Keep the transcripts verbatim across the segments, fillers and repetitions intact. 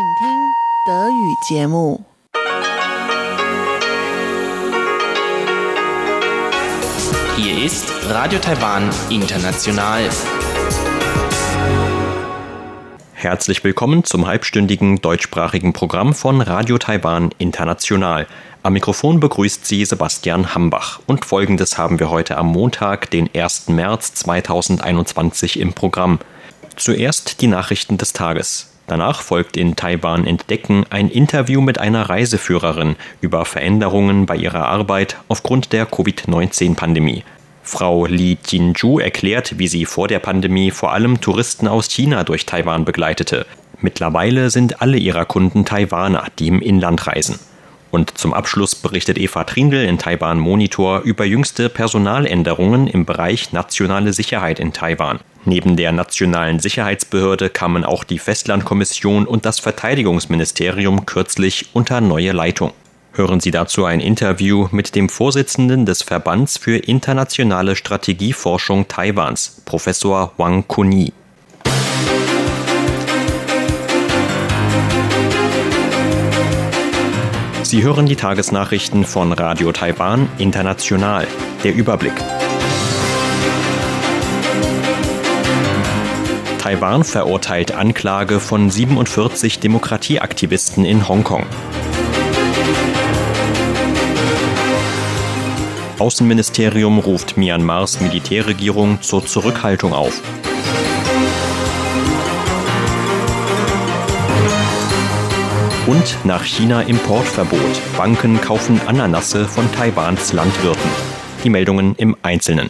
Hier ist Radio Taiwan International. Herzlich willkommen zum halbstündigen deutschsprachigen Programm von Radio Taiwan International. Am Mikrofon begrüßt Sie Sebastian Hambach. Und Folgendes haben wir heute am Montag, den ersten März zweitausendeinundzwanzig im Programm. Zuerst die Nachrichten des Tages. Danach folgt in Taiwan Entdecken ein Interview mit einer Reiseführerin über Veränderungen bei ihrer Arbeit aufgrund der Covid neunzehn Pandemie. Frau Li Jinju erklärt, wie sie vor der Pandemie vor allem Touristen aus China durch Taiwan begleitete. Mittlerweile sind alle ihrer Kunden Taiwaner, die im Inland reisen. Und zum Abschluss berichtet Eva Trindl in Taiwan Monitor über jüngste Personaländerungen im Bereich nationale Sicherheit in Taiwan. Neben der Nationalen Sicherheitsbehörde kamen auch die Festlandkommission und das Verteidigungsministerium kürzlich unter neue Leitung. Hören Sie dazu ein Interview mit dem Vorsitzenden des Verbands für internationale Strategieforschung Taiwans, Professor Wang Kuni. Sie hören die Tagesnachrichten von Radio Taiwan International. Der Überblick. Taiwan verurteilt Anklage von siebenundvierzig Demokratieaktivisten in Hongkong. Außenministerium ruft Myanmars Militärregierung zur Zurückhaltung auf. Und nach China Importverbot. Banken kaufen Ananasse von Taiwans Landwirten. Die Meldungen im Einzelnen.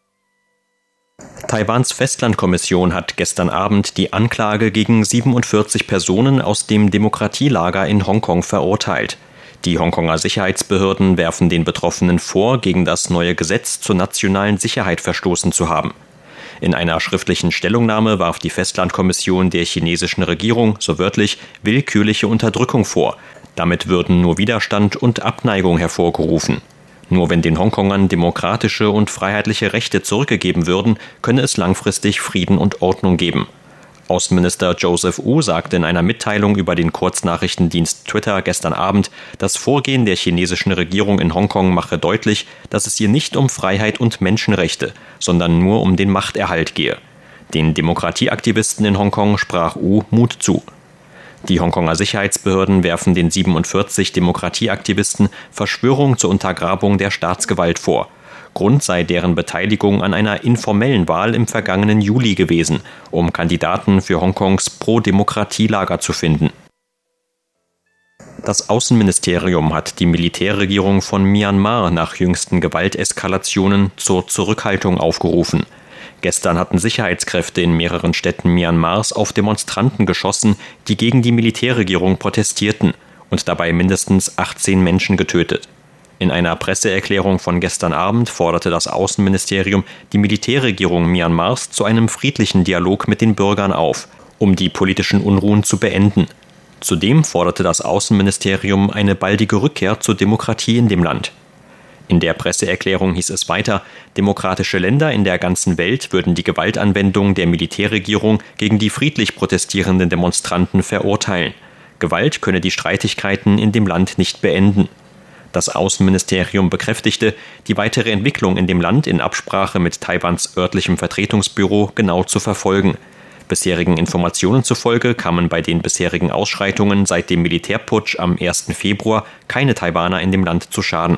Taiwans Festlandkommission hat gestern Abend die Anklage gegen siebenundvierzig Personen aus dem Demokratielager in Hongkong verurteilt. Die Hongkonger Sicherheitsbehörden werfen den Betroffenen vor, gegen das neue Gesetz zur nationalen Sicherheit verstoßen zu haben. In einer schriftlichen Stellungnahme warf die Festlandkommission der chinesischen Regierung, so wörtlich, willkürliche Unterdrückung vor. Damit würden nur Widerstand und Abneigung hervorgerufen. Nur wenn den Hongkongern demokratische und freiheitliche Rechte zurückgegeben würden, könne es langfristig Frieden und Ordnung geben. Außenminister Joseph Wu sagte in einer Mitteilung über den Kurznachrichtendienst Twitter gestern Abend, das Vorgehen der chinesischen Regierung in Hongkong mache deutlich, dass es hier nicht um Freiheit und Menschenrechte, sondern nur um den Machterhalt gehe. Den Demokratieaktivisten in Hongkong sprach Wu Mut zu. Die Hongkonger Sicherheitsbehörden werfen den siebenundvierzig Demokratieaktivisten Verschwörung zur Untergrabung der Staatsgewalt vor. Grund sei deren Beteiligung an einer informellen Wahl im vergangenen Juli gewesen, um Kandidaten für Hongkongs Pro-Demokratie-Lager zu finden. Das Außenministerium hat die Militärregierung von Myanmar nach jüngsten Gewalteskalationen zur Zurückhaltung aufgerufen. Gestern hatten Sicherheitskräfte in mehreren Städten Myanmars auf Demonstranten geschossen, die gegen die Militärregierung protestierten und dabei mindestens achtzehn Menschen getötet. In einer Presseerklärung von gestern Abend forderte das Außenministerium die Militärregierung Myanmars zu einem friedlichen Dialog mit den Bürgern auf, um die politischen Unruhen zu beenden. Zudem forderte das Außenministerium eine baldige Rückkehr zur Demokratie in dem Land. In der Presseerklärung hieß es weiter, demokratische Länder in der ganzen Welt würden die Gewaltanwendung der Militärregierung gegen die friedlich protestierenden Demonstranten verurteilen. Gewalt könne die Streitigkeiten in dem Land nicht beenden. Das Außenministerium bekräftigte, die weitere Entwicklung in dem Land in Absprache mit Taiwans örtlichem Vertretungsbüro genau zu verfolgen. Bisherigen Informationen zufolge kamen bei den bisherigen Ausschreitungen seit dem Militärputsch am ersten Februar keine Taiwaner in dem Land zu Schaden.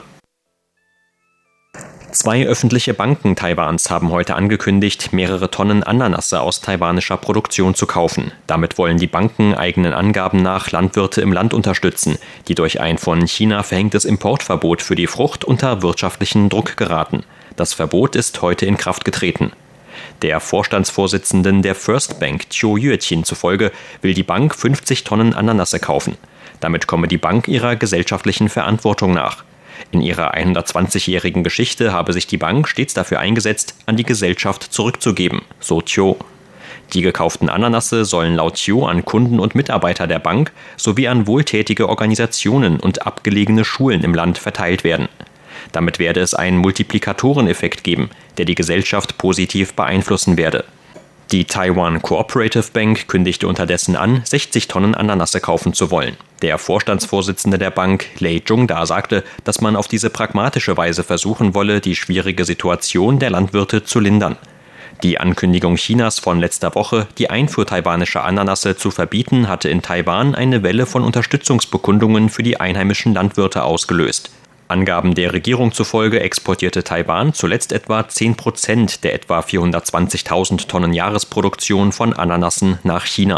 Zwei öffentliche Banken Taiwans haben heute angekündigt, mehrere Tonnen Ananasse aus taiwanischer Produktion zu kaufen. Damit wollen die Banken eigenen Angaben nach Landwirte im Land unterstützen, die durch ein von China verhängtes Importverbot für die Frucht unter wirtschaftlichen Druck geraten. Das Verbot ist heute in Kraft getreten. Der Vorstandsvorsitzenden der First Bank, Chiu Yueqin, zufolge will die Bank fünfzig Tonnen Ananasse kaufen. Damit komme die Bank ihrer gesellschaftlichen Verantwortung nach. In ihrer hundertzwanzigjährigen Geschichte habe sich die Bank stets dafür eingesetzt, an die Gesellschaft zurückzugeben, so Chiu. Die gekauften Ananasse sollen laut Chiu an Kunden und Mitarbeiter der Bank sowie an wohltätige Organisationen und abgelegene Schulen im Land verteilt werden. Damit werde es einen Multiplikatoreneffekt geben, der die Gesellschaft positiv beeinflussen werde. Die Taiwan Cooperative Bank kündigte unterdessen an, sechzig Tonnen Ananasse kaufen zu wollen. Der Vorstandsvorsitzende der Bank, Lei Zhongda, sagte, dass man auf diese pragmatische Weise versuchen wolle, die schwierige Situation der Landwirte zu lindern. Die Ankündigung Chinas von letzter Woche, die Einfuhr taiwanischer Ananasse zu verbieten, hatte in Taiwan eine Welle von Unterstützungsbekundungen für die einheimischen Landwirte ausgelöst. Angaben der Regierung zufolge exportierte Taiwan zuletzt etwa zehn Prozent der etwa vierhundertzwanzigtausend Tonnen Jahresproduktion von Ananassen nach China.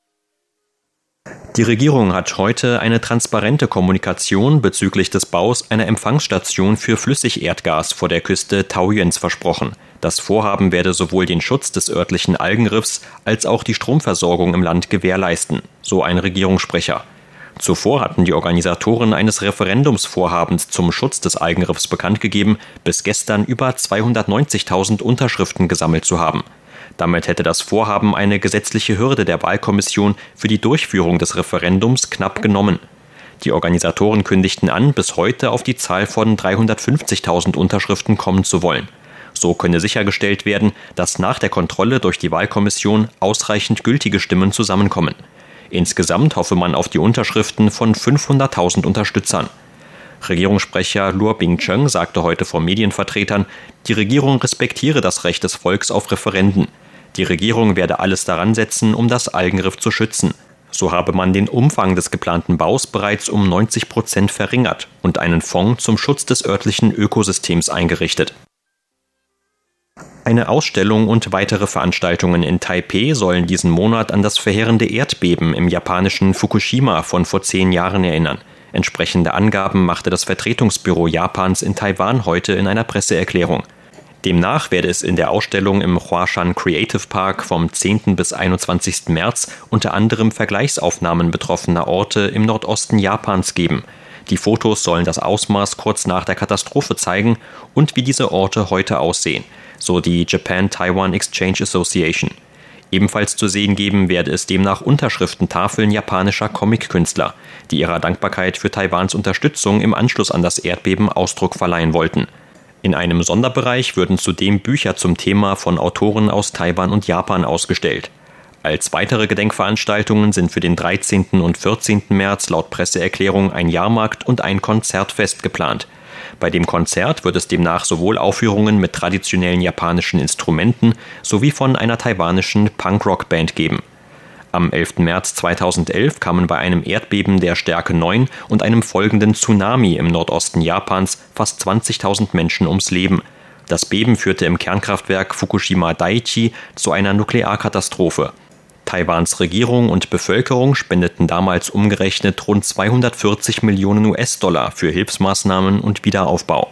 Die Regierung hat heute eine transparente Kommunikation bezüglich des Baus einer Empfangsstation für Flüssigerdgas vor der Küste Taoyuans versprochen. Das Vorhaben werde sowohl den Schutz des örtlichen Algenriffs als auch die Stromversorgung im Land gewährleisten, so ein Regierungssprecher. Zuvor hatten die Organisatoren eines Referendumsvorhabens zum Schutz des Algenriffs bekannt gegeben, bis gestern über zweihundertneunzigtausend Unterschriften gesammelt zu haben. Damit hätte das Vorhaben eine gesetzliche Hürde der Wahlkommission für die Durchführung des Referendums knapp genommen. Die Organisatoren kündigten an, bis heute auf die Zahl von dreihundertfünfzigtausend Unterschriften kommen zu wollen. So könne sichergestellt werden, dass nach der Kontrolle durch die Wahlkommission ausreichend gültige Stimmen zusammenkommen. Insgesamt hoffe man auf die Unterschriften von fünfhunderttausend Unterstützern. Regierungssprecher Luo Bingcheng sagte heute vor Medienvertretern, die Regierung respektiere das Recht des Volks auf Referenden. Die Regierung werde alles daran setzen, um das Algenriff zu schützen. So habe man den Umfang des geplanten Baus bereits um neunzig Prozent verringert und einen Fonds zum Schutz des örtlichen Ökosystems eingerichtet. Eine Ausstellung und weitere Veranstaltungen in Taipeh sollen diesen Monat an das verheerende Erdbeben im japanischen Fukushima von vor zehn Jahren erinnern. Entsprechende Angaben machte das Vertretungsbüro Japans in Taiwan heute in einer Presseerklärung. Demnach werde es in der Ausstellung im Huashan Creative Park vom zehnten bis einundzwanzigsten März unter anderem Vergleichsaufnahmen betroffener Orte im Nordosten Japans geben. Die Fotos sollen das Ausmaß kurz nach der Katastrophe zeigen und wie diese Orte heute aussehen, so die Japan-Taiwan Exchange Association. Ebenfalls zu sehen geben werde es demnach Unterschriftentafeln japanischer Comic-Künstler, die ihrer Dankbarkeit für Taiwans Unterstützung im Anschluss an das Erdbeben Ausdruck verleihen wollten. In einem Sonderbereich würden zudem Bücher zum Thema von Autoren aus Taiwan und Japan ausgestellt. Als weitere Gedenkveranstaltungen sind für den dreizehnten und vierzehnten März laut Presseerklärung ein Jahrmarkt und ein Konzertfest geplant. Bei dem Konzert wird es demnach sowohl Aufführungen mit traditionellen japanischen Instrumenten sowie von einer taiwanischen Punkrock-Band geben. Am elften März zweitausendelf kamen bei einem Erdbeben der Stärke neun und einem folgenden Tsunami im Nordosten Japans fast zwanzigtausend Menschen ums Leben. Das Beben führte im Kernkraftwerk Fukushima Daiichi zu einer Nuklearkatastrophe. Taiwans Regierung und Bevölkerung spendeten damals umgerechnet rund zweihundertvierzig Millionen U S-Dollar für Hilfsmaßnahmen und Wiederaufbau.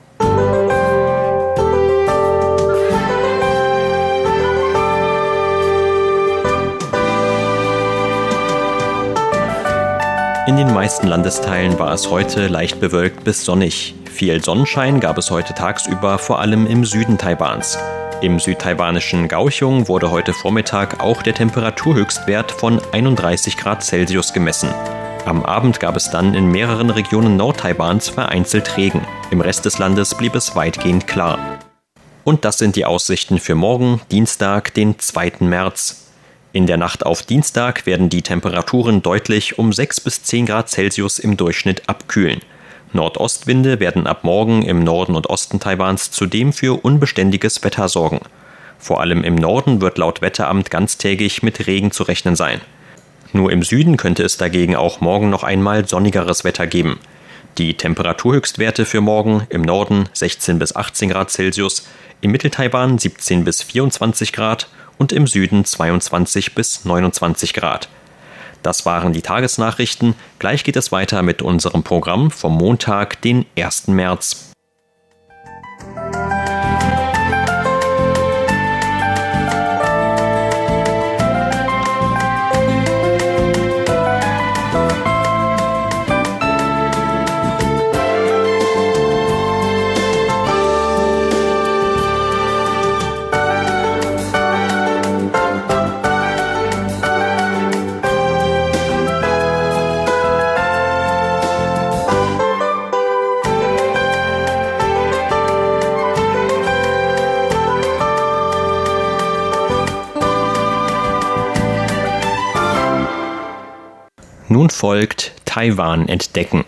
In den meisten Landesteilen war es heute leicht bewölkt bis sonnig. Viel Sonnenschein gab es heute tagsüber, vor allem im Süden Taiwans. Im südtaiwanischen Kaohsiung wurde heute Vormittag auch der Temperaturhöchstwert von einunddreißig Grad Celsius gemessen. Am Abend gab es dann in mehreren Regionen Nordtaiwans vereinzelt Regen. Im Rest des Landes blieb es weitgehend klar. Und das sind die Aussichten für morgen, Dienstag, den zweiten März. In der Nacht auf Dienstag werden die Temperaturen deutlich um sechs bis zehn Grad Celsius im Durchschnitt abkühlen. Nordostwinde werden ab morgen im Norden und Osten Taiwans zudem für unbeständiges Wetter sorgen. Vor allem im Norden wird laut Wetteramt ganztägig mit Regen zu rechnen sein. Nur im Süden könnte es dagegen auch morgen noch einmal sonnigeres Wetter geben. Die Temperaturhöchstwerte für morgen im Norden sechzehn bis achtzehn Grad Celsius, im Mitteltaiwan siebzehn bis vierundzwanzig Grad und im Süden zweiundzwanzig bis neunundzwanzig Grad. Das waren die Tagesnachrichten. Gleich geht es weiter mit unserem Programm vom Montag, den ersten März. nun folgt Taiwan entdecken.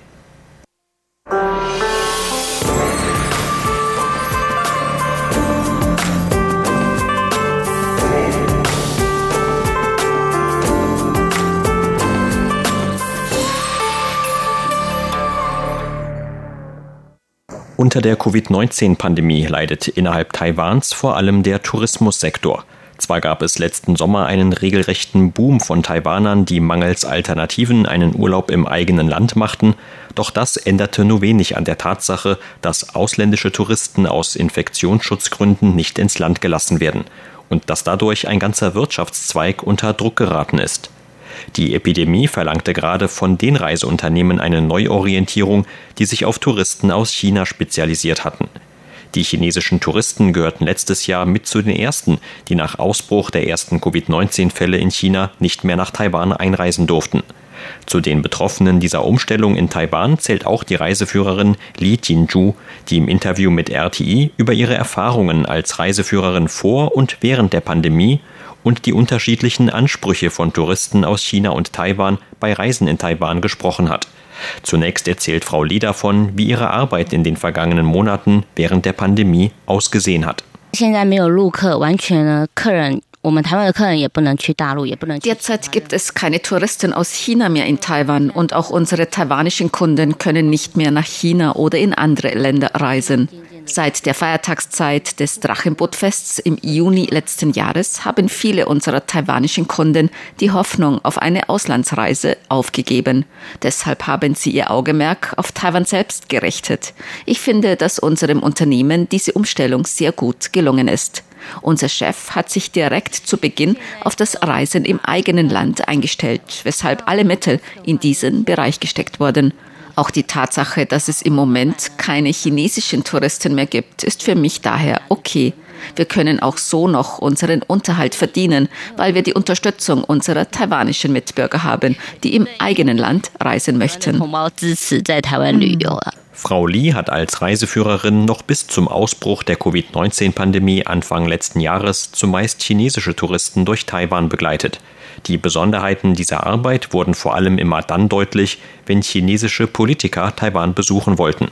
Unter der Covid neunzehn Pandemie leidet innerhalb Taiwans vor allem der Tourismussektor. Zwar gab es letzten Sommer einen regelrechten Boom von Taiwanern, die mangels Alternativen einen Urlaub im eigenen Land machten, doch das änderte nur wenig an der Tatsache, dass ausländische Touristen aus Infektionsschutzgründen nicht ins Land gelassen werden und dass dadurch ein ganzer Wirtschaftszweig unter Druck geraten ist. Die Epidemie verlangte gerade von den Reiseunternehmen eine Neuorientierung, die sich auf Touristen aus China spezialisiert hatten. Die chinesischen Touristen gehörten letztes Jahr mit zu den ersten, die nach Ausbruch der ersten Covid neunzehn Fälle in China nicht mehr nach Taiwan einreisen durften. Zu den Betroffenen dieser Umstellung in Taiwan zählt auch die Reiseführerin Li Jinzhu, die im Interview mit R T I über ihre Erfahrungen als Reiseführerin vor und während der Pandemie und die unterschiedlichen Ansprüche von Touristen aus China und Taiwan bei Reisen in Taiwan gesprochen hat. Zunächst erzählt Frau Li davon, wie ihre Arbeit in den vergangenen Monaten während der Pandemie ausgesehen hat. Derzeit gibt es keine Touristen aus China mehr in Taiwan und auch unsere taiwanischen Kunden können nicht mehr nach China oder in andere Länder reisen. Seit der Feiertagszeit des Drachenbootfests im Juni letzten Jahres haben viele unserer taiwanischen Kunden die Hoffnung auf eine Auslandsreise aufgegeben. Deshalb haben sie ihr Augenmerk auf Taiwan selbst gerichtet. Ich finde, dass unserem Unternehmen diese Umstellung sehr gut gelungen ist. Unser Chef hat sich direkt zu Beginn auf das Reisen im eigenen Land eingestellt, weshalb alle Mittel in diesen Bereich gesteckt wurden. Auch die Tatsache, dass es im Moment keine chinesischen Touristen mehr gibt, ist für mich daher okay. Wir können auch so noch unseren Unterhalt verdienen, weil wir die Unterstützung unserer taiwanischen Mitbürger haben, die im eigenen Land reisen möchten. Frau Li hat als Reiseführerin noch bis zum Ausbruch der Covid neunzehn Pandemie Anfang letzten Jahres zumeist chinesische Touristen durch Taiwan begleitet. Die Besonderheiten dieser Arbeit wurden vor allem immer dann deutlich, wenn chinesische Politiker Taiwan besuchen wollten.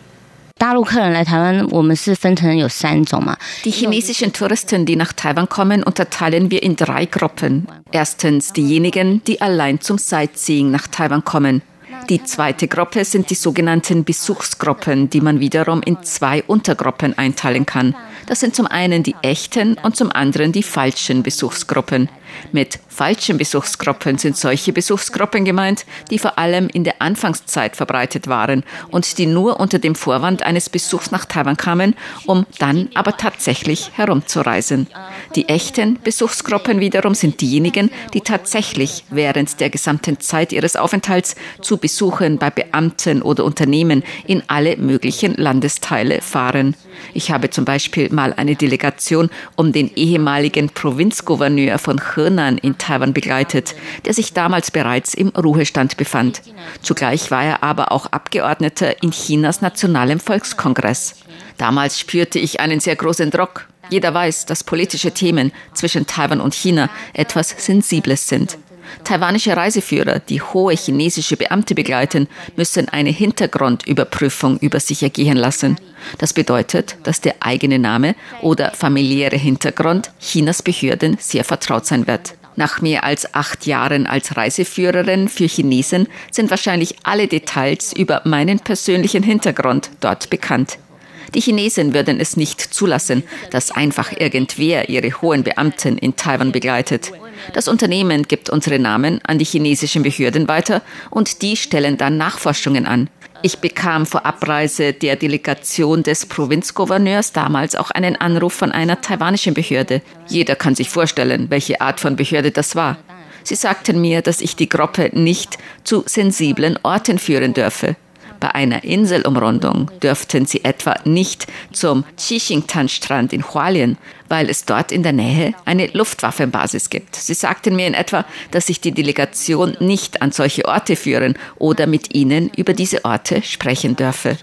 Die chinesischen Touristen, die nach Taiwan kommen, unterteilen wir in drei Gruppen. Erstens diejenigen, die allein zum Sightseeing nach Taiwan kommen. Die zweite Gruppe sind die sogenannten Besuchsgruppen, die man wiederum in zwei Untergruppen einteilen kann. Das sind zum einen die echten und zum anderen die falschen Besuchsgruppen. Mit falschen Besuchsgruppen sind solche Besuchsgruppen gemeint, die vor allem in der Anfangszeit verbreitet waren und die nur unter dem Vorwand eines Besuchs nach Taiwan kamen, um dann aber tatsächlich herumzureisen. Die echten Besuchsgruppen wiederum sind diejenigen, die tatsächlich während der gesamten Zeit ihres Aufenthalts zu Besuchen bei Beamten oder Unternehmen in alle möglichen Landesteile fahren. Ich habe zum Beispiel mal eine Delegation um den ehemaligen Provinzgouverneur von Henan in Taiwan begleitet, der sich damals bereits im Ruhestand befand. Zugleich war er aber auch Abgeordneter in Chinas Nationalem Volkskongress. Damals spürte ich einen sehr großen Druck. Jeder weiß, dass politische Themen zwischen Taiwan und China etwas Sensibles sind. Taiwanische Reiseführer, die hohe chinesische Beamte begleiten, müssen eine Hintergrundüberprüfung über sich ergehen lassen. Das bedeutet, dass der eigene Name oder familiäre Hintergrund Chinas Behörden sehr vertraut sein wird. Nach mehr als acht Jahren als Reiseführerin für Chinesen sind wahrscheinlich alle Details über meinen persönlichen Hintergrund dort bekannt. Die Chinesen würden es nicht zulassen, dass einfach irgendwer ihre hohen Beamten in Taiwan begleitet. Das Unternehmen gibt unsere Namen an die chinesischen Behörden weiter und die stellen dann Nachforschungen an. Ich bekam vor Abreise der Delegation des Provinzgouverneurs damals auch einen Anruf von einer taiwanischen Behörde. Jeder kann sich vorstellen, welche Art von Behörde das war. Sie sagten mir, dass ich die Gruppe nicht zu sensiblen Orten führen dürfe. Bei einer Inselumrundung dürften sie etwa nicht zum Xixingtan-Strand in Hualien, weil es dort in der Nähe eine Luftwaffenbasis gibt. Sie sagten mir in etwa, dass ich die Delegation nicht an solche Orte führen oder mit ihnen über diese Orte sprechen dürfe.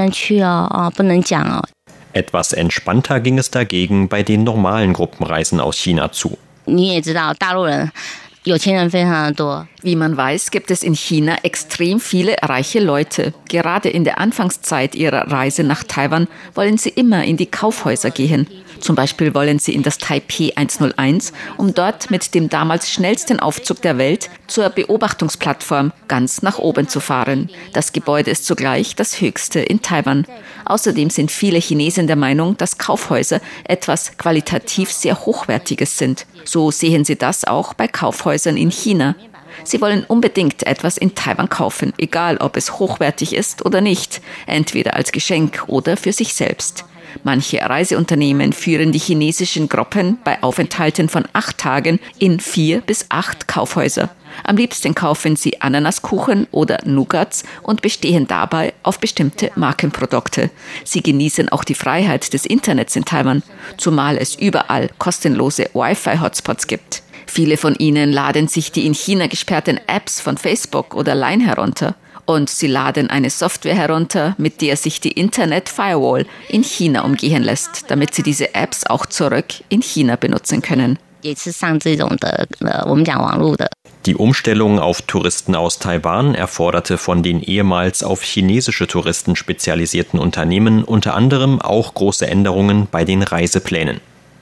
Etwas entspannter ging es dagegen bei den normalen Gruppenreisen aus China zu. Wie man weiß, gibt es in China extrem viele reiche Leute. Gerade in der Anfangszeit ihrer Reise nach Taiwan wollen sie immer in die Kaufhäuser gehen. Zum Beispiel wollen sie in das Taipei hunderteins, um dort mit dem damals schnellsten Aufzug der Welt zur Beobachtungsplattform ganz nach oben zu fahren. Das Gebäude ist zugleich das höchste in Taiwan. Außerdem sind viele Chinesen der Meinung, dass Kaufhäuser etwas qualitativ sehr Hochwertiges sind. So sehen sie das auch bei Kaufhäusern in China. Sie wollen unbedingt etwas in Taiwan kaufen, egal ob es hochwertig ist oder nicht, entweder als Geschenk oder für sich selbst. Manche Reiseunternehmen führen die chinesischen Gruppen bei Aufenthalten von acht Tagen in vier bis acht Kaufhäuser. Am liebsten kaufen sie Ananaskuchen oder Nougats und bestehen dabei auf bestimmte Markenprodukte. Sie genießen auch die Freiheit des Internets in Taiwan, zumal es überall kostenlose Wi-Fi-Hotspots gibt. Viele von ihnen laden sich die in China gesperrten Apps von Facebook oder Line herunter. Und sie laden eine Software herunter, mit der sich die Internet-Firewall in China umgehen lässt, damit sie diese Apps auch zurück in China benutzen können. Die Umstellung auf Touristen aus Taiwan erforderte von den ehemals auf chinesische Touristen spezialisierten Unternehmen unter anderem auch große Änderungen bei den Reiseplänen.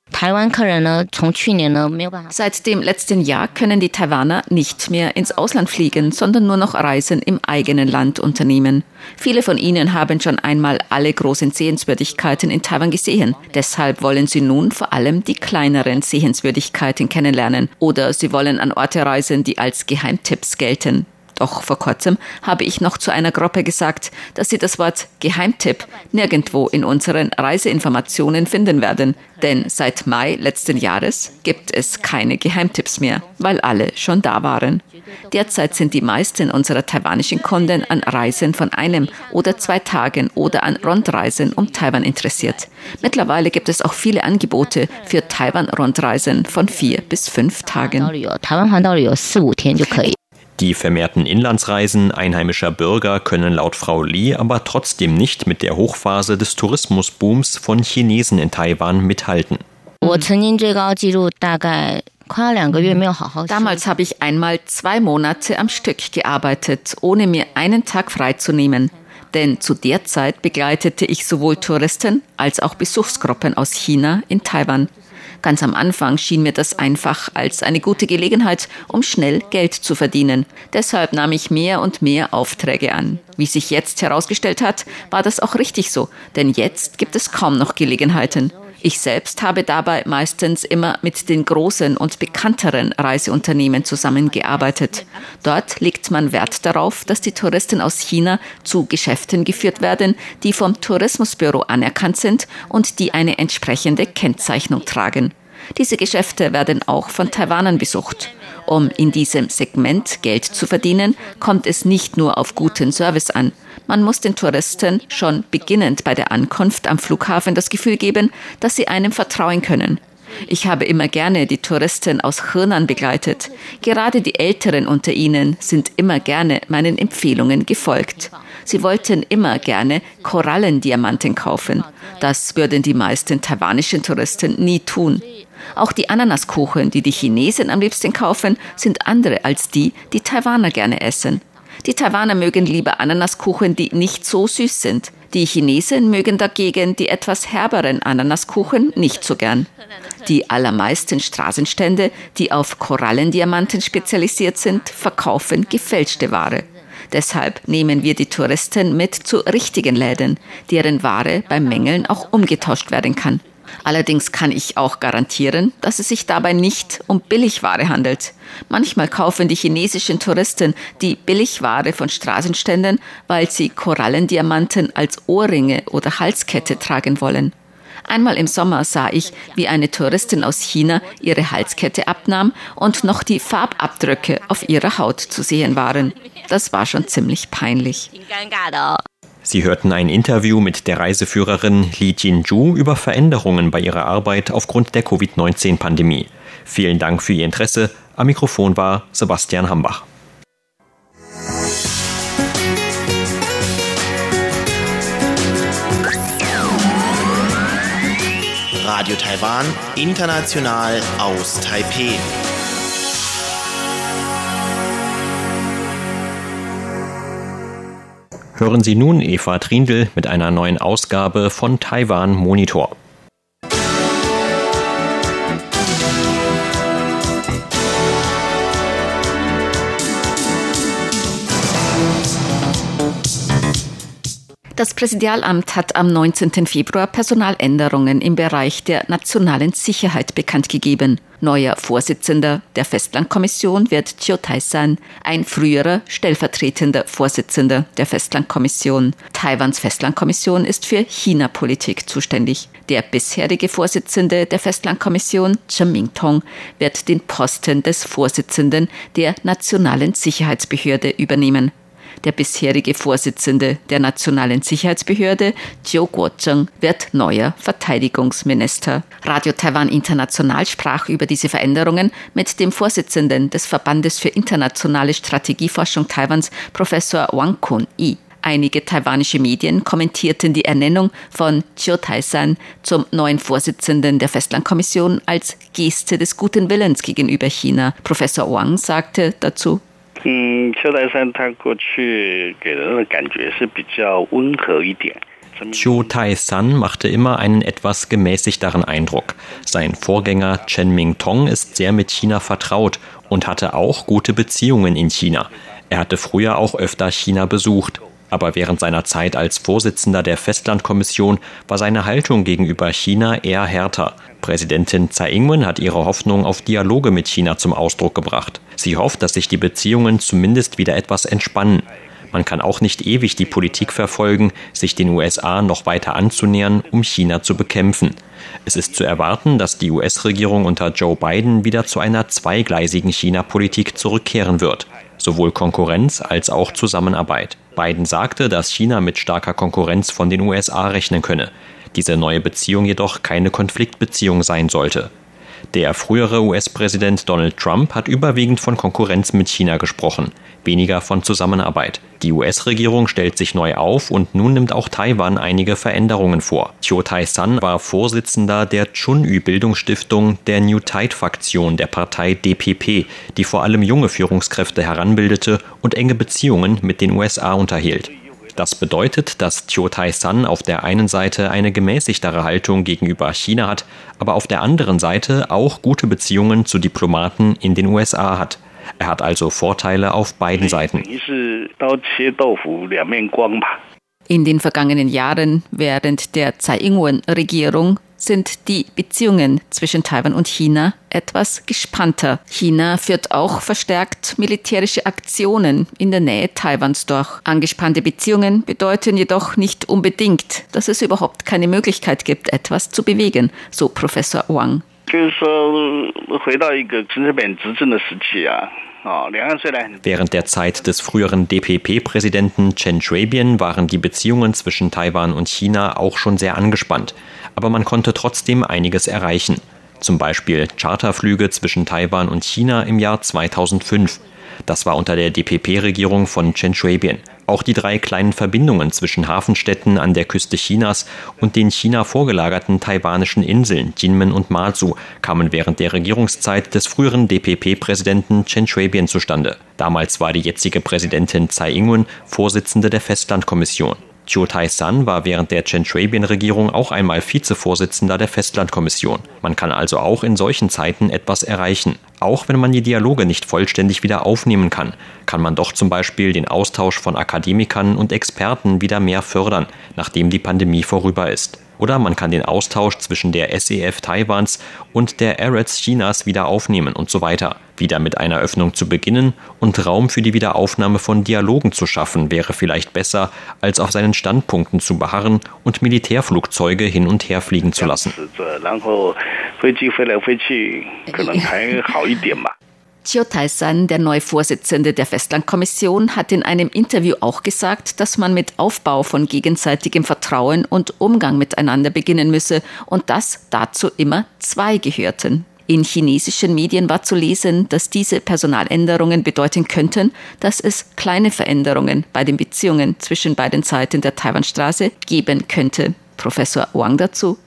Seit dem letzten Jahr können die Taiwaner nicht mehr ins Ausland fliegen, sondern nur noch Reisen im eigenen Land unternehmen. Viele von ihnen haben schon einmal alle großen Sehenswürdigkeiten in Taiwan gesehen. Deshalb wollen sie nun vor allem die kleineren Sehenswürdigkeiten kennenlernen. Oder sie wollen an Orte reisen, die als Geheimtipps gelten. Doch vor kurzem habe ich noch zu einer Gruppe gesagt, dass sie das Wort Geheimtipp nirgendwo in unseren Reiseinformationen finden werden. Denn seit Mai letzten Jahres gibt es keine Geheimtipps mehr, weil alle schon da waren. Derzeit sind die meisten unserer taiwanischen Kunden an Reisen von einem oder zwei Tagen oder an Rundreisen um Taiwan interessiert. Mittlerweile gibt es auch viele Angebote für Taiwan-Rundreisen von vier bis fünf Tagen. Die vermehrten Inlandsreisen einheimischer Bürger können laut Frau Li aber trotzdem nicht mit der Hochphase des Tourismusbooms von Chinesen in Taiwan mithalten. Damals habe ich einmal zwei Monate am Stück gearbeitet, ohne mir einen Tag freizunehmen. Denn zu der Zeit begleitete ich sowohl Touristen als auch Besuchsgruppen aus China in Taiwan. Ganz am Anfang schien mir das einfach als eine gute Gelegenheit, um schnell Geld zu verdienen. Deshalb nahm ich mehr und mehr Aufträge an. Wie sich jetzt herausgestellt hat, war das auch richtig so, denn jetzt gibt es kaum noch Gelegenheiten. Ich selbst habe dabei meistens immer mit den großen und bekannteren Reiseunternehmen zusammengearbeitet. Dort legt man Wert darauf, dass die Touristen aus China zu Geschäften geführt werden, die vom Tourismusbüro anerkannt sind und die eine entsprechende Kennzeichnung tragen. Diese Geschäfte werden auch von Taiwanern besucht. Um in diesem Segment Geld zu verdienen, kommt es nicht nur auf guten Service an. Man muss den Touristen schon beginnend bei der Ankunft am Flughafen das Gefühl geben, dass sie einem vertrauen können. Ich habe immer gerne die Touristen aus Henan begleitet. Gerade die Älteren unter ihnen sind immer gerne meinen Empfehlungen gefolgt. Sie wollten immer gerne Korallendiamanten kaufen. Das würden die meisten taiwanischen Touristen nie tun. Auch die Ananaskuchen, die die Chinesen am liebsten kaufen, sind andere als die, die Taiwaner gerne essen. Die Taiwaner mögen lieber Ananaskuchen, die nicht so süß sind. Die Chinesen mögen dagegen die etwas herberen Ananaskuchen nicht so gern. Die allermeisten Straßenstände, die auf Korallendiamanten spezialisiert sind, verkaufen gefälschte Ware. Deshalb nehmen wir die Touristen mit zu richtigen Läden, deren Ware bei Mängeln auch umgetauscht werden kann. Allerdings kann ich auch garantieren, dass es sich dabei nicht um Billigware handelt. Manchmal kaufen die chinesischen Touristen die Billigware von Straßenständen, weil sie Korallendiamanten als Ohrringe oder Halskette tragen wollen. Einmal im Sommer sah ich, wie eine Touristin aus China ihre Halskette abnahm und noch die Farbabdrücke auf ihrer Haut zu sehen waren. Das war schon ziemlich peinlich. Sie hörten ein Interview mit der Reiseführerin Li Jinju über Veränderungen bei ihrer Arbeit aufgrund der Covid neunzehn Pandemie. Vielen Dank für Ihr Interesse. Am Mikrofon war Sebastian Hambach. Radio Taiwan, international aus Taipeh. Hören Sie nun Eva Trindl mit einer neuen Ausgabe von Taiwan Monitor. Das Präsidialamt hat am neunzehnten Februar Personaländerungen im Bereich der nationalen Sicherheit bekannt gegeben. Neuer Vorsitzender der Festlandkommission wird Chiu Tai-san, ein früherer stellvertretender Vorsitzender der Festlandkommission. Taiwans Festlandkommission ist für China-Politik zuständig. Der bisherige Vorsitzende der Festlandkommission, Chen Ming-tong, wird den Posten des Vorsitzenden der Nationalen Sicherheitsbehörde übernehmen. Der bisherige Vorsitzende der Nationalen Sicherheitsbehörde, Chiu Kuo-cheng, wird neuer Verteidigungsminister. Radio Taiwan International sprach über diese Veränderungen mit dem Vorsitzenden des Verbandes für internationale Strategieforschung Taiwans, Professor Wang Kun-i. Einige taiwanische Medien kommentierten die Ernennung von Chiu Tai-san zum neuen Vorsitzenden der Festlandkommission als Geste des guten Willens gegenüber China. Professor Wang sagte dazu: Chiu Tai-san machte immer einen etwas gemäßigteren Eindruck. Sein Vorgänger Chen Ming-tong ist sehr mit China vertraut und hatte auch gute Beziehungen in China. Er hatte früher auch öfter China besucht. Aber während seiner Zeit als Vorsitzender der Festlandkommission war seine Haltung gegenüber China eher härter. Präsidentin Tsai Ing-wen hat ihre Hoffnung auf Dialoge mit China zum Ausdruck gebracht. Sie hofft, dass sich die Beziehungen zumindest wieder etwas entspannen. Man kann auch nicht ewig die Politik verfolgen, sich den U S A noch weiter anzunähern, um China zu bekämpfen. Es ist zu erwarten, dass die U S-Regierung unter Joe Biden wieder zu einer zweigleisigen China-Politik zurückkehren wird. Sowohl Konkurrenz als auch Zusammenarbeit. Biden sagte, dass China mit starker Konkurrenz von den U S A rechnen könne. Diese neue Beziehung jedoch keine Konfliktbeziehung sein sollte. Der frühere U S-Präsident Donald Trump hat überwiegend von Konkurrenz mit China gesprochen, weniger von Zusammenarbeit. Die U S-Regierung stellt sich neu auf und nun nimmt auch Taiwan einige Veränderungen vor. Chiu Tai-san war Vorsitzender der Chunyu-Bildungsstiftung der New Tide-Fraktion der Partei D P P, die vor allem junge Führungskräfte heranbildete und enge Beziehungen mit den U S A unterhielt. Das bedeutet, dass Chiu Tai-san auf der einen Seite eine gemäßigtere Haltung gegenüber China hat, aber auf der anderen Seite auch gute Beziehungen zu Diplomaten in den U S A hat. Er hat also Vorteile auf beiden Seiten. In den vergangenen Jahren während der Tsai Ing-wen-Regierung sind die Beziehungen zwischen Taiwan und China etwas gespannter. China führt auch verstärkt militärische Aktionen in der Nähe Taiwans durch. Angespannte Beziehungen bedeuten jedoch nicht unbedingt, dass es überhaupt keine Möglichkeit gibt, etwas zu bewegen, so Professor Wang. Während der Zeit des früheren D P P-Präsidenten Chen Shui-bian waren die Beziehungen zwischen Taiwan und China auch schon sehr angespannt. Aber man konnte trotzdem einiges erreichen. Zum Beispiel Charterflüge zwischen Taiwan und China im Jahr zweitausendfünf. Das war unter der D P P-Regierung von Chen Shui-bian. Auch die drei kleinen Verbindungen zwischen Hafenstädten an der Küste Chinas und den China vorgelagerten taiwanischen Inseln Jinmen und Matsu kamen während der Regierungszeit des früheren D P P-Präsidenten Chen Shui-bian zustande. Damals war die jetzige Präsidentin Tsai Ing-wen Vorsitzende der Festlandkommission. Chiu Tai-san war während der Chen Shui-bian-Regierung auch einmal Vizevorsitzender der Festlandkommission. Man kann also auch in solchen Zeiten etwas erreichen. Auch wenn man die Dialoge nicht vollständig wieder aufnehmen kann, kann man doch zum Beispiel den Austausch von Akademikern und Experten wieder mehr fördern, nachdem die Pandemie vorüber ist. Oder man kann den Austausch zwischen der S E F Taiwans und der A R E D S Chinas wieder aufnehmen und so weiter. Wieder mit einer Öffnung zu beginnen und Raum für die Wiederaufnahme von Dialogen zu schaffen, wäre vielleicht besser, als auf seinen Standpunkten zu beharren und Militärflugzeuge hin und her fliegen zu lassen. Chiu Tai-san, der neue Vorsitzende der Festlandkommission, hat in einem Interview auch gesagt, dass man mit Aufbau von gegenseitigem Vertrauen und Umgang miteinander beginnen müsse und dass dazu immer zwei gehörten. In chinesischen Medien war zu lesen, dass diese Personaländerungen bedeuten könnten, dass es kleine Veränderungen bei den Beziehungen zwischen beiden Seiten der Taiwanstraße geben könnte. Professor Wang dazu: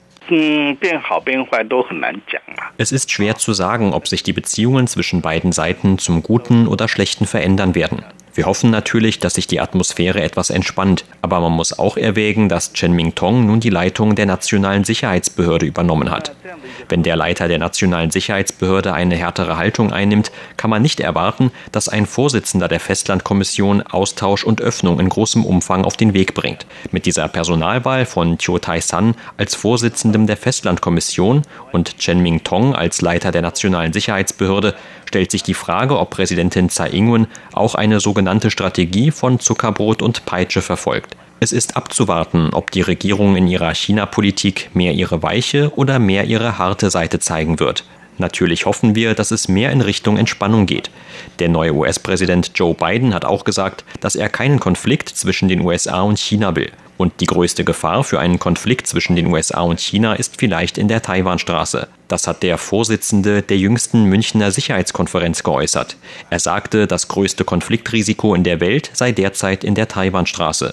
Es ist schwer zu sagen, ob sich die Beziehungen zwischen beiden Seiten zum Guten oder Schlechten verändern werden. Wir hoffen natürlich, dass sich die Atmosphäre etwas entspannt, aber man muss auch erwägen, dass Chen Ming-tong nun die Leitung der Nationalen Sicherheitsbehörde übernommen hat. Wenn der Leiter der Nationalen Sicherheitsbehörde eine härtere Haltung einnimmt, kann man nicht erwarten, dass ein Vorsitzender der Festlandkommission Austausch und Öffnung in großem Umfang auf den Weg bringt. Mit dieser Personalwahl von Chiu Tai-san als Vorsitzendem der Festlandkommission und Chen Ming-tong als Leiter der Nationalen Sicherheitsbehörde stellt sich die Frage, ob Präsidentin Tsai Ing-wen auch eine sogenannte Strategie von Zuckerbrot und Peitsche verfolgt. Es ist abzuwarten, ob die Regierung in ihrer China-Politik mehr ihre weiche oder mehr ihre harte Seite zeigen wird. Natürlich hoffen wir, dass es mehr in Richtung Entspannung geht. Der neue U S-Präsident Joe Biden hat auch gesagt, dass er keinen Konflikt zwischen den U S A und China will. Und die größte Gefahr für einen Konflikt zwischen den U S A und China ist vielleicht in der Taiwanstraße. Das hat der Vorsitzende der jüngsten Münchner Sicherheitskonferenz geäußert. Er sagte, das größte Konfliktrisiko in der Welt sei derzeit in der Taiwanstraße.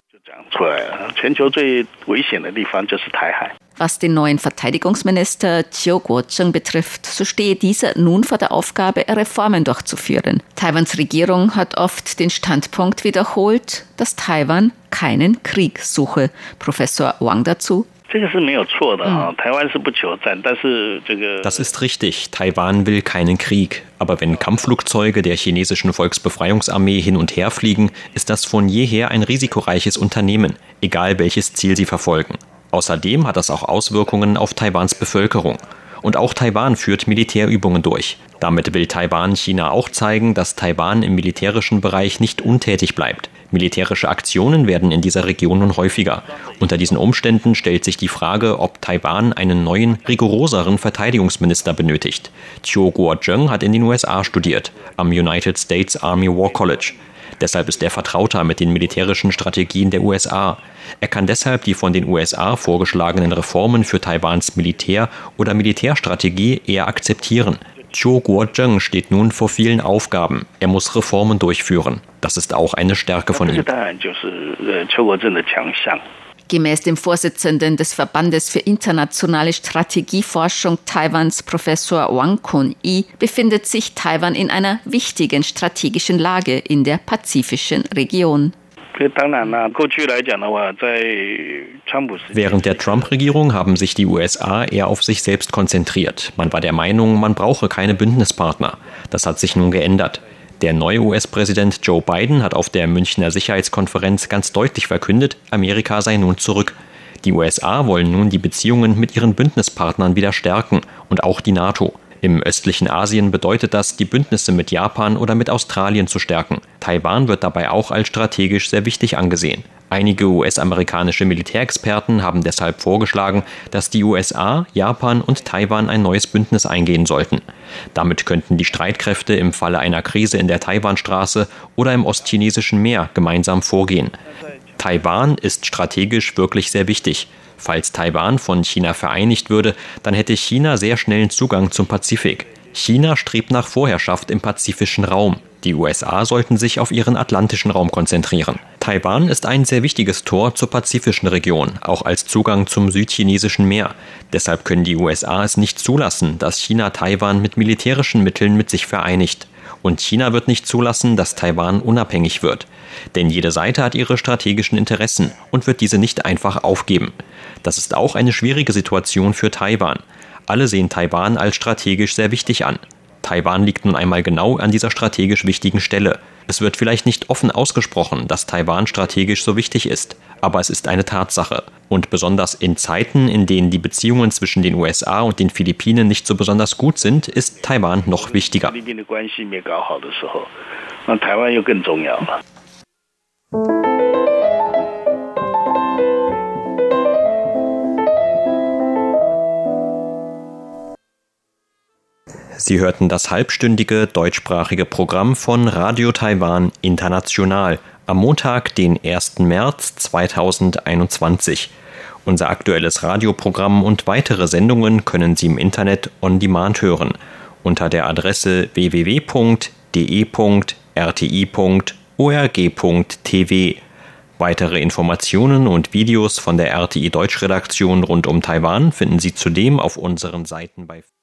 Was den neuen Verteidigungsminister Chiu Kuo-cheng betrifft, so stehe dieser nun vor der Aufgabe, Reformen durchzuführen. Taiwans Regierung hat oft den Standpunkt wiederholt, dass Taiwan keinen Krieg suche. Professor Wang dazu. Das ist richtig. Taiwan will keinen Krieg. Aber wenn Kampfflugzeuge der chinesischen Volksbefreiungsarmee hin und her fliegen, ist das von jeher ein risikoreiches Unternehmen, egal welches Ziel sie verfolgen. Außerdem hat das auch Auswirkungen auf Taiwans Bevölkerung. Und auch Taiwan führt Militärübungen durch. Damit will Taiwan China auch zeigen, dass Taiwan im militärischen Bereich nicht untätig bleibt. Militärische Aktionen werden in dieser Region nun häufiger. Unter diesen Umständen stellt sich die Frage, ob Taiwan einen neuen, rigoroseren Verteidigungsminister benötigt. Chiu Kuo-cheng hat in den U S A studiert, am United States Army War College. Deshalb ist er vertrauter mit den militärischen Strategien der U S A. Er kann deshalb die von den U S A vorgeschlagenen Reformen für Taiwans Militär oder Militärstrategie eher akzeptieren. Chiu Kuo-cheng steht nun vor vielen Aufgaben. Er muss Reformen durchführen. Das ist auch eine Stärke von ihm. Gemäß dem Vorsitzenden des Verbandes für internationale Strategieforschung Taiwans, Professor Wang Kun-i, befindet sich Taiwan in einer wichtigen strategischen Lage in der pazifischen Region. Während der Trump-Regierung haben sich die U S A eher auf sich selbst konzentriert. Man war der Meinung, man brauche keine Bündnispartner. Das hat sich nun geändert. Der neue U S-Präsident Joe Biden hat auf der Münchner Sicherheitskonferenz ganz deutlich verkündet, Amerika sei nun zurück. Die U S A wollen nun die Beziehungen mit ihren Bündnispartnern wieder stärken und auch die NATO. Im östlichen Asien bedeutet das, die Bündnisse mit Japan oder mit Australien zu stärken. Taiwan wird dabei auch als strategisch sehr wichtig angesehen. Einige U S-amerikanische Militärexperten haben deshalb vorgeschlagen, dass die U S A, Japan und Taiwan ein neues Bündnis eingehen sollten. Damit könnten die Streitkräfte im Falle einer Krise in der Taiwanstraße oder im ostchinesischen Meer gemeinsam vorgehen. Taiwan ist strategisch wirklich sehr wichtig. Falls Taiwan von China vereinigt würde, dann hätte China sehr schnellen Zugang zum Pazifik. China strebt nach Vorherrschaft im pazifischen Raum. Die U S A sollten sich auf ihren atlantischen Raum konzentrieren. Taiwan ist ein sehr wichtiges Tor zur pazifischen Region, auch als Zugang zum südchinesischen Meer. Deshalb können die U S A es nicht zulassen, dass China Taiwan mit militärischen Mitteln mit sich vereinigt. Und China wird nicht zulassen, dass Taiwan unabhängig wird. Denn jede Seite hat ihre strategischen Interessen und wird diese nicht einfach aufgeben. Das ist auch eine schwierige Situation für Taiwan. Alle sehen Taiwan als strategisch sehr wichtig an. Taiwan liegt nun einmal genau an dieser strategisch wichtigen Stelle. Es wird vielleicht nicht offen ausgesprochen, dass Taiwan strategisch so wichtig ist, aber es ist eine Tatsache. Und besonders in Zeiten, in denen die Beziehungen zwischen den U S A und den Philippinen nicht so besonders gut sind, ist Taiwan noch wichtiger. Sie hörten das halbstündige deutschsprachige Programm von Radio Taiwan International am Montag, den ersten März zweitausendeinundzwanzig. Unser aktuelles Radioprogramm und weitere Sendungen können Sie im Internet on demand hören unter der Adresse w w w punkt d e punkt r t i punkt org punkt t v. Weitere Informationen und Videos von der R T I Deutschredaktion rund um Taiwan finden Sie zudem auf unseren Seiten bei